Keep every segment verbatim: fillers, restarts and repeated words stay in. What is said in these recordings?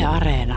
Yle Areena.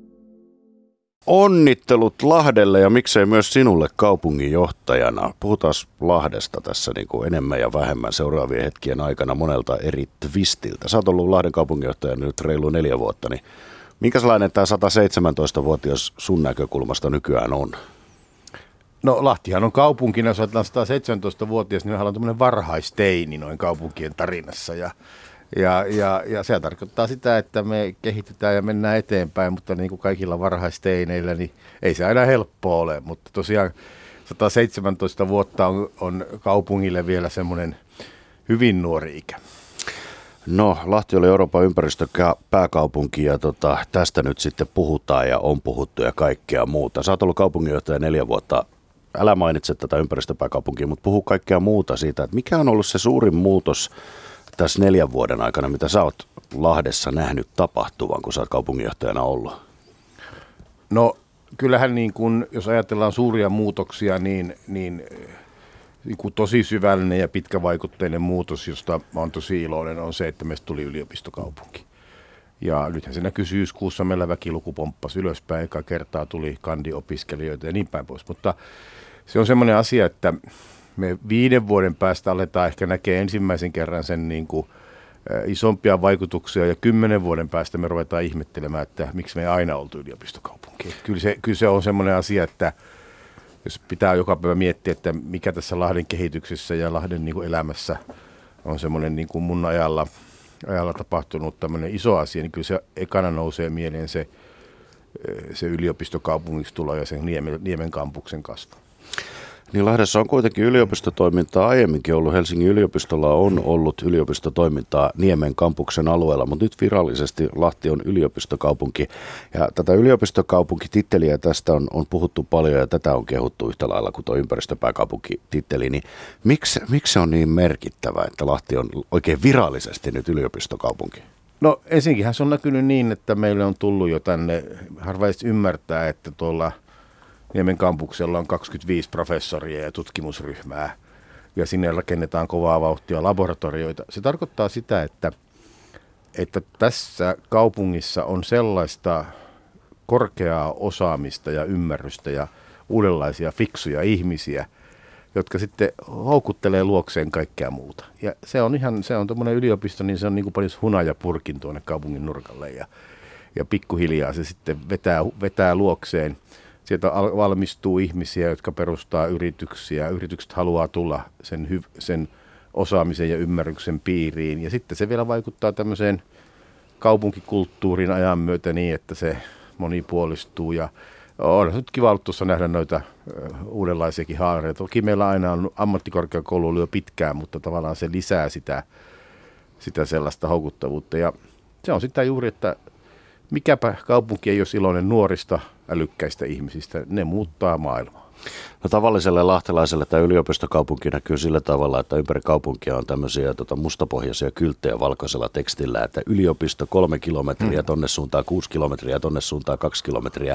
Onnittelut Lahdelle ja miksei myös sinulle kaupunginjohtajana. Puhutaan Lahdesta tässä niin kuin enemmän ja vähemmän seuraavien hetkien aikana monelta eri twistiltä. Sä oot ollut Lahden kaupunginjohtajana nyt reilu neljä vuotta, niin minkälainen tämä sataseitsemäntoista-vuotias sun näkökulmasta nykyään on? No Lahtihan on kaupunkina, jos ajatellaan sataseitsemäntoista-vuotias, niin mehän on tämmöinen varhaisteini noin kaupunkien tarinassa ja Ja, ja, ja se tarkoittaa sitä, että me kehitetään ja mennään eteenpäin, mutta niin kuin kaikilla varhaisteineillä, niin ei se aina helppoa ole. Mutta tosiaan sataseitsemäntoista vuotta on, on kaupungille vielä semmoinen hyvin nuori ikä. No, Lahti oli Euroopan ympäristöpääkaupunki ja tota, tästä nyt sitten puhutaan ja on puhuttu ja kaikkea muuta. Sä oot ollut kaupunginjohtaja neljä vuotta. Älä mainitse tätä ympäristöpääkaupunkia, mutta puhu kaikkea muuta siitä, että mikä on ollut se suurin muutos tässä neljän vuoden aikana, mitä sä oot Lahdessa nähnyt tapahtuvan, kun sä oot kaupunginjohtajana ollut? No kyllähän niin kun, jos ajatellaan suuria muutoksia, niin, niin, niin kuin tosi syvällinen ja pitkävaikutteinen muutos, josta mä oon tosi iloinen, on se, että meistä tuli yliopistokaupunki. Ja nythän se näkyy syyskuussa, meillä väkiluku pomppasi ylöspäin, eka kertaa tuli kandiopiskelijoita ja niin päin pois. Mutta se on semmoinen asia, että me viiden vuoden päästä aletaan ehkä näkee ensimmäisen kerran sen niin kuin, ä, isompia vaikutuksia ja kymmenen vuoden päästä me ruvetaan ihmettelemään, että miksi me ei aina oltu yliopistokaupunki. Kyllä se, kyllä se on semmoinen asia, että jos pitää joka päivä miettiä, että mikä tässä Lahden kehityksessä ja Lahden niin kuin elämässä on semmoinen niin kuin mun ajalla, ajalla tapahtunut tämmöinen iso asia, niin kyllä se ekana nousee mieleen se, se yliopistokaupungiksi tulo ja sen Niemen, Niemen kampuksen kasvu. Niin Lahdessa on kuitenkin yliopistotoimintaa aiemminkin ollut. Helsingin yliopistolla on ollut yliopistotoimintaa Niemen kampuksen alueella, mutta nyt virallisesti Lahti on yliopistokaupunki. Ja tätä yliopistokaupunkititteliä tästä on, on puhuttu paljon ja tätä on kehuttu yhtä lailla kuin tuo ympäristöpääkaupunkititteli. Niin miksi, miksi se on niin merkittävä, että Lahti on oikein virallisesti nyt yliopistokaupunki? No ensinnäkin se on näkynyt niin, että meille on tullut jo tänne, harva edes ymmärtää, että tuolla Niemen kampuksella on kaksikymmentäviisi professoria ja tutkimusryhmää ja sinne rakennetaan kovaa vauhtia laboratorioita. Se tarkoittaa sitä, että, että tässä kaupungissa on sellaista korkeaa osaamista ja ymmärrystä ja uudenlaisia fiksuja ihmisiä, jotka sitten houkuttelee luokseen kaikkea muuta. Ja se on ihan, se on tuommoinen yliopisto, niin se on niin kuin paljon hunajapurkin tuonne kaupungin nurkalle ja, ja pikkuhiljaa se sitten vetää, vetää luokseen. Sieltä valmistuu ihmisiä, jotka perustaa yrityksiä. Yritykset haluaa tulla sen, hyv- sen osaamisen ja ymmärryksen piiriin. Ja sitten se vielä vaikuttaa tämmöiseen kaupunkikulttuurin ajan myötä niin, että se monipuolistuu. Ja on nyt kiva ollut tuossa nähdä noita uudenlaisiakin haareita. Toki meillä aina on ammattikorkeakoulu ollut jo pitkään, mutta tavallaan se lisää sitä, sitä sellaista houkuttavuutta. Ja se on sitä juuri, että mikäpä kaupunki ei ole iloinen nuorista, älykkäistä ihmisistä, ne muuttaa maailmaa. No tavalliselle lahtelaiselle tämä yliopistokaupunki näkyy sillä tavalla, että ympäri kaupunkia on tämmöisiä tota, mustapohjaisia kylttejä valkoisella tekstillä, että yliopisto kolme kilometriä, tonne suuntaan kuusi kilometriä, tonne suuntaan kaksi kilometriä.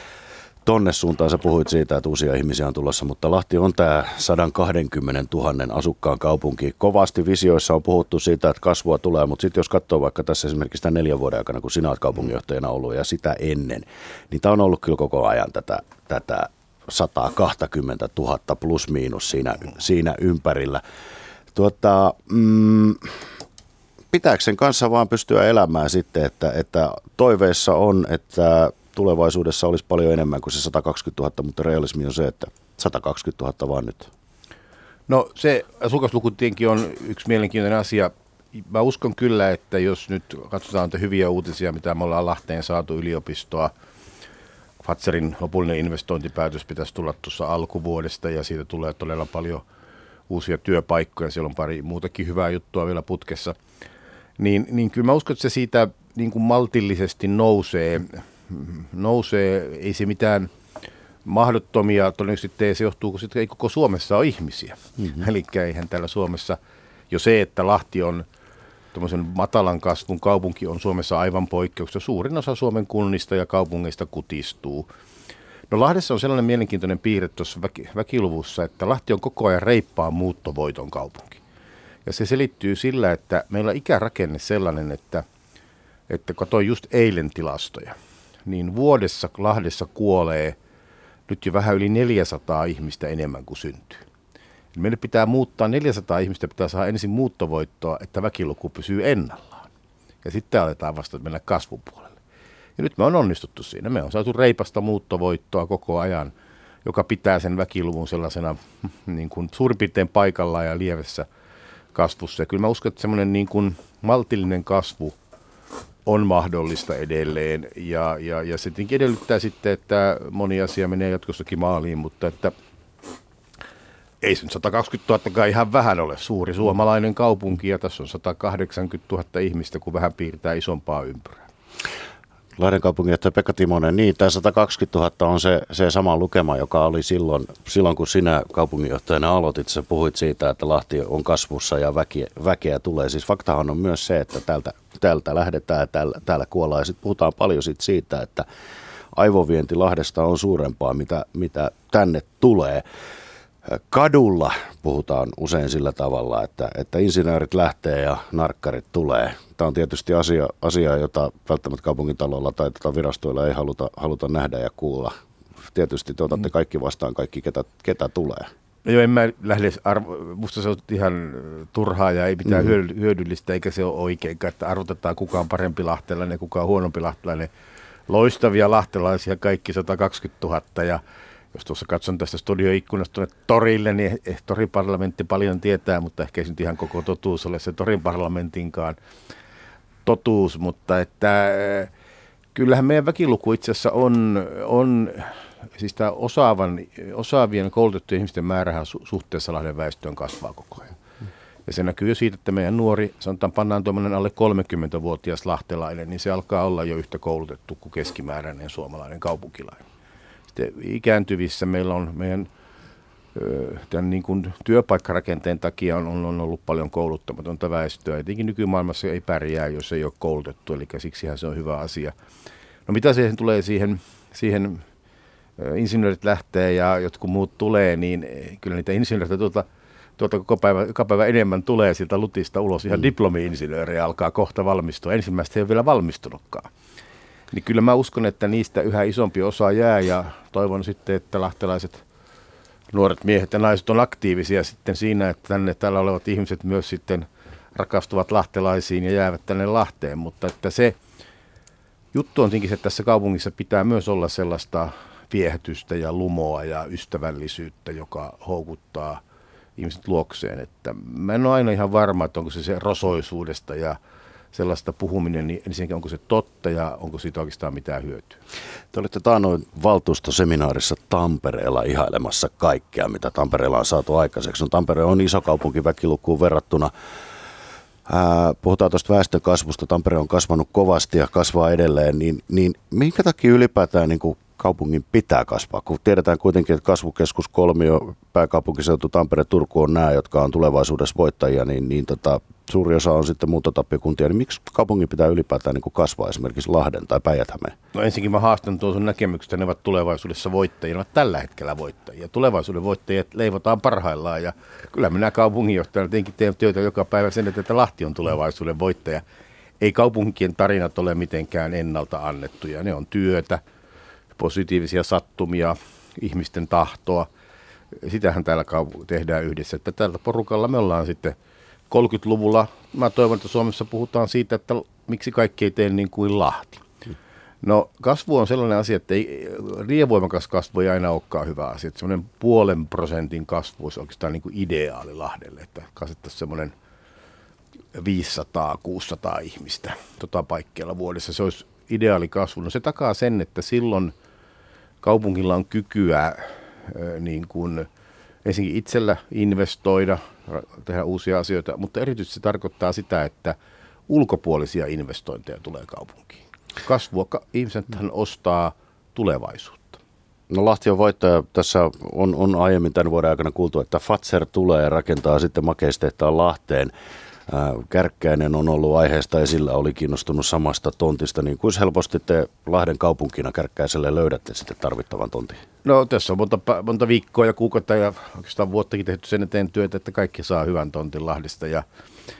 Tonne suuntaan sä puhuit siitä, että uusia ihmisiä on tulossa, mutta Lahti on tämä sata kaksikymmentätuhatta asukkaan kaupunki. Kovasti visioissa on puhuttu siitä, että kasvua tulee, mutta sitten jos katsoo vaikka tässä esimerkiksi tämän neljän vuoden aikana, kun sinä olet kaupunginjohtajana ollut ja sitä ennen, niin tämä on ollut kyllä koko ajan tätä, tätä sata kaksikymmentätuhatta plus miinus siinä, siinä ympärillä. Tuota, mm, pitääkö sen kanssa vaan pystyä elämään sitten, että, että toiveissa on, että tulevaisuudessa olisi paljon enemmän kuin se sata kaksikymmentätuhatta, mutta realismi on se, että sata kaksikymmentätuhatta vaan nyt. No se asukasluku tietenkin on yksi mielenkiintoinen asia. Mä uskon kyllä, että jos nyt katsotaan niitä hyviä uutisia, mitä me ollaan Lahteen saatu yliopistoa, Fazerin lopullinen investointipäätös pitäisi tulla tuossa alkuvuodesta ja siitä tulee todella paljon uusia työpaikkoja. Siellä on pari muutakin hyvää juttua vielä putkessa. Niin, niin kyllä mä uskon, että se siitä niin kuin maltillisesti nousee. nousee, ei se mitään mahdottomia todennäköisesti tee, se johtuu, kun sitten ei koko Suomessa ole ihmisiä. Mm-hmm. Eli eihän täällä Suomessa, jo se, että Lahti on tämmöisen matalan kasvun kaupunki on Suomessa aivan poikkeuksessa. Suurin osa Suomen kunnista ja kaupungeista kutistuu. No Lahdessa on sellainen mielenkiintoinen piirre tuossa väki, väkiluvussa, että Lahti on koko ajan reippaan muuttovoiton kaupunki. Ja se selittyy sillä, että meillä on ikärakenne sellainen, että että katsoin just eilen tilastoja, niin vuodessa Lahdessa kuolee nyt jo vähän yli neljäsataa ihmistä enemmän kuin syntyy. Meille pitää muuttaa, neljäsataa ihmistä pitää saada ensin muuttovoittoa, että väkiluku pysyy ennallaan. Ja sitten aletaan vasta mennä kasvupuolelle. Ja nyt me on onnistuttu siinä. Me on saatu reipasta muuttovoittoa koko ajan, joka pitää sen väkiluvun sellaisena niin kuin suurin piirtein paikallaan ja lievessä kasvussa. Ja kyllä mä uskon, että semmoinen niin kuin maltillinen kasvu on mahdollista edelleen. Ja, ja, ja se tietenkin edellyttää sitten, että moni asia menee jatkossakin maaliin, mutta että ei se nyt sata kaksikymmentätuhatta ihan vähän ole. Suuri suomalainen kaupunki ja tässä on sata kahdeksankymmentätuhatta ihmistä, kun vähän piirtää isompaa ympyrää. Lahden kaupunginjohtaja Pekka Timonen, niin tämä sata kaksikymmentätuhatta on se, se sama lukema, joka oli silloin, silloin, kun sinä kaupunginjohtajana aloitit. Sä puhuit siitä, että Lahti on kasvussa ja väkeä, väkeä tulee. Siis faktahan on myös se, että täältä, täältä lähdetään ja täällä, täällä kuollaan. Ja sitten puhutaan paljon sit siitä, että aivovienti Lahdesta on suurempaa, mitä, mitä tänne tulee. Kadulla puhutaan usein sillä tavalla, että, että insinöörit lähtee ja narkkarit tulee. Tämä on tietysti asia, asia jota välttämättä kaupungintalolla tai tota virastoilla ei haluta, haluta nähdä ja kuulla. Tietysti te otatte kaikki vastaan, kaikki ketä, ketä tulee. No joo, en mä lähde, arvo, musta se on ihan turhaa ja ei mitään mm-hmm. hyödyllistä, eikä se ole oikein, että arvotetaan kuka on parempi lahtelainen ja kuka on huonompi lahtelainen. Loistavia lahtelaisia kaikki sata kaksikymmentätuhatta ja jos tuossa katson tästä studioikkunasta tuonne torille, niin eh, toriparlamentti paljon tietää, mutta ehkä ei se nyt ihan koko totuus ole se toriparlamentinkaan totuus, mutta että äh, kyllähän meidän väkiluku itse asiassa on, on siis tämä osaavan, osaavien koulutettujen ihmisten määrähän su- suhteessa Lahden väestöön kasvaa koko ajan. Ja se näkyy jo siitä, että meidän nuori, sanotaan pannaan tuommoinen alle kolmekymmentävuotias lahtelainen, niin se alkaa olla jo yhtä koulutettu kuin keskimääräinen suomalainen kaupunkilainen. Ikääntyvissä meillä on meidän tämän niin kuin työpaikkarakenteen takia on, on ollut paljon kouluttamatonta väestöä. Etenkin nykymaailmassa ei pärjää, jos ei ole koulutettu, eli siksihän se on hyvä asia. No mitä siihen tulee siihen, siihen insinöörit lähtee ja jotkut muut tulee, niin kyllä niitä insinööreitä tuolta, tuolta koko päivä, joka päivä enemmän tulee siltä lutista ulos. Ihan mm. diplomi-insinöörejä alkaa kohta valmistua. Ensimmäistä ei ole vielä valmistunutkaan. Niin kyllä mä uskon, että niistä yhä isompi osa jää ja toivon sitten, että lahtelaiset nuoret miehet ja naiset on aktiivisia sitten siinä, että tänne täällä olevat ihmiset myös sitten rakastuvat lahtelaisiin ja jäävät tänne Lahteen. Mutta että se juttu on tietenkin, että tässä kaupungissa pitää myös olla sellaista viehätystä ja lumoa ja ystävällisyyttä, joka houkuttaa ihmiset luokseen. Että mä en ole aina ihan varma, että onko se se rosoisuudesta ja sellaista puhuminen, niin ensinnäkin onko se totta ja onko siitä oikeastaan mitään hyötyä? Te olitte taannoin valtuustoseminaarissa Tampereella ihailemassa kaikkea, mitä Tampereella on saatu aikaiseksi. No, Tampere on iso kaupunki väkilukuun verrattuna. Ää, puhutaan tuosta väestönkasvusta. Tampere on kasvanut kovasti ja kasvaa edelleen. Niin, niin minkä takia ylipäätään niin kuin kaupungin pitää kasvaa? Kun tiedetään kuitenkin, että kasvukeskus kolmio, pääkaupunkiseutu, Tampere, Turku on nämä, jotka on tulevaisuudessa voittajia, niin, niin tota, suuri osa on sitten muuttotappiokuntia. Niin miksi kaupungin pitää ylipäätään niin kuin kasvaa esimerkiksi Lahden tai Päijät-Hämeen? No ensinnäkin mä haastan tuon sun näkemyksestä, ne ovat tulevaisuudessa voittajia, ne ovat tällä hetkellä voittajia. Tulevaisuuden voittajia leivotaan parhaillaan ja kyllä minä kaupunginjohtajana tietenkin teen työtä joka päivä sen, että Lahti on tulevaisuuden voittaja. Ei kaupunkien tarinat ole mitenkään ennalta annettuja, ne on työtä, positiivisia sattumia, ihmisten tahtoa. Sitähän täällä tehdään yhdessä, että tällä porukalla me ollaan sitten kolmekymmentäluvulla. Mä toivon, että Suomessa puhutaan siitä, että miksi kaikki ei tee niin kuin Lahti. No kasvu on sellainen asia, että ei, rievoimakas kasvu ei aina olekaan hyvä asia. Että semmoinen puolen prosentin kasvu olisi oikeastaan niin kuin ideaali Lahdelle, että kasvattaisiin semmoinen viisisataa kuusisataa ihmistä tota paikkeilla vuodessa. Se olisi ideaali kasvu. No se takaa sen, että silloin kaupungilla on kykyä äh, niin kuin ensinnäkin itsellä investoida, tehdä uusia asioita, mutta erityisesti se tarkoittaa sitä, että ulkopuolisia investointeja tulee kaupunkiin. Kasvua ihmisethän ostaa tulevaisuutta. No Lahti on voittaja. Tässä on, on aiemmin tämän vuoden aikana kuultu, että Fazer tulee ja rakentaa sitten makeistehtaan Lahteen. Kärkkäinen on ollut aiheesta esillä, oli kiinnostunut samasta tontista, niin kuin helposti te Lahden kaupunkina Kärkkäiselle löydätte sitten tarvittavan tontin? No tässä on monta, monta viikkoa ja kuukautta ja oikeastaan vuottakin tehty sen eteen työtä, että kaikki saa hyvän tontin Lahdesta ja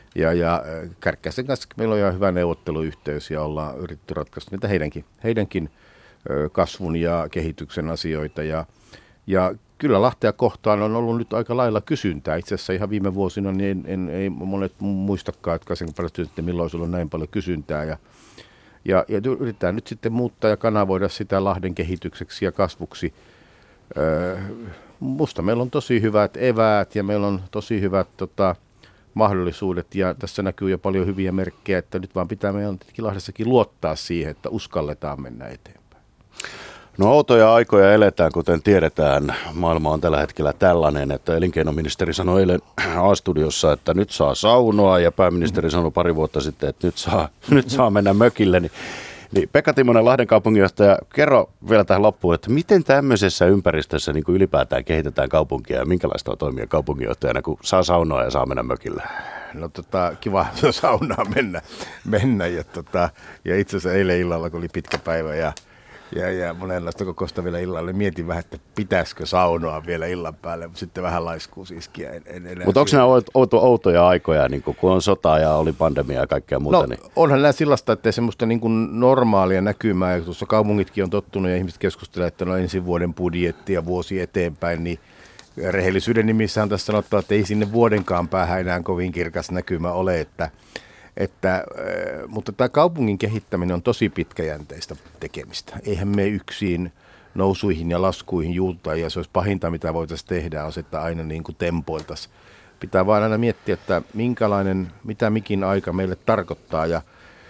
Ja, ja Kärkkäisen kanssa meillä on ihan hyvä neuvotteluyhteys ja ollaan yritetty ratkaista niitä heidänkin, heidänkin kasvun ja kehityksen asioita. Ja, ja kyllä Lahtea kohtaan on ollut nyt aika lailla kysyntää. Itse asiassa ihan viime vuosina niin en, en, ei monet muistakaan, että sen sitten milloin olisi ollut näin paljon kysyntää. Ja, ja, ja yritetään nyt sitten muuttaa ja kanavoida sitä Lahden kehitykseksi ja kasvuksi. Öö, musta meillä on tosi hyvät eväät ja meillä on tosi hyvät tota, mahdollisuudet ja tässä näkyy jo paljon hyviä merkkejä, että nyt vaan pitää meidän Lahdessakin luottaa siihen, että uskalletaan mennä eteenpäin. No outoja aikoja eletään, kuten tiedetään. Maailma on tällä hetkellä tällainen, että elinkeinoministeri sanoi eilen A-studiossa, että nyt saa saunoa ja pääministeri sanoi pari vuotta sitten, että nyt saa, nyt saa mennä mökille. Niin, niin Pekka Timonen, Lahden kaupunginjohtaja, kerro vielä tähän loppuun, että miten tämmöisessä ympäristössä niin kuin ylipäätään kehitetään kaupunkia ja minkälaista on toimia kaupunginjohtajana, kun saa saunoa ja saa mennä mökille? No tota, kiva saunaa mennä, mennä. Ja, tota, ja itse asiassa eilen illalla, kun oli pitkä päivä ja Ja, ja monenlaista kokoista vielä illalle. Mietin vähän, että pitäisikö saunoa vielä illan päälle, mutta sitten vähän laiskuus iskiä. Mutta onko nämä outo, outoja aikoja, niin kun on sota ja oli pandemia ja kaikkea muuta? No niin? Onhan nämä sellaista, että semmoista niin kuin normaalia näkymää, ja tuossa kaupungitkin on tottunut ja ihmiset keskustelevat, että no ensi vuoden budjetti ja vuosi eteenpäin, niin rehellisyyden nimissä on tässä sanottava, että ei sinne vuodenkaan päähän enää kovin kirkas näkymä ole, että Että, mutta tämä kaupungin kehittäminen on tosi pitkäjänteistä tekemistä. Eihän me yksin nousuihin ja laskuihin juuta, ja se olisi pahinta, mitä voitaisiin tehdä, on se, että aina niin kuin tempoiltaisiin. Pitää vaan aina miettiä, että minkälainen, mitä mikin aika meille tarkoittaa, ja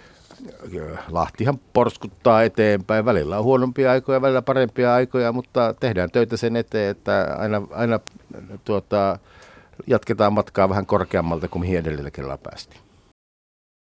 Lahtihan porskuttaa eteenpäin. Välillä on huonompia aikoja, välillä parempia aikoja, mutta tehdään töitä sen eteen, että aina, aina tuota, jatketaan matkaa vähän korkeammalta kuin mihin edellisellä kerralla päästiin.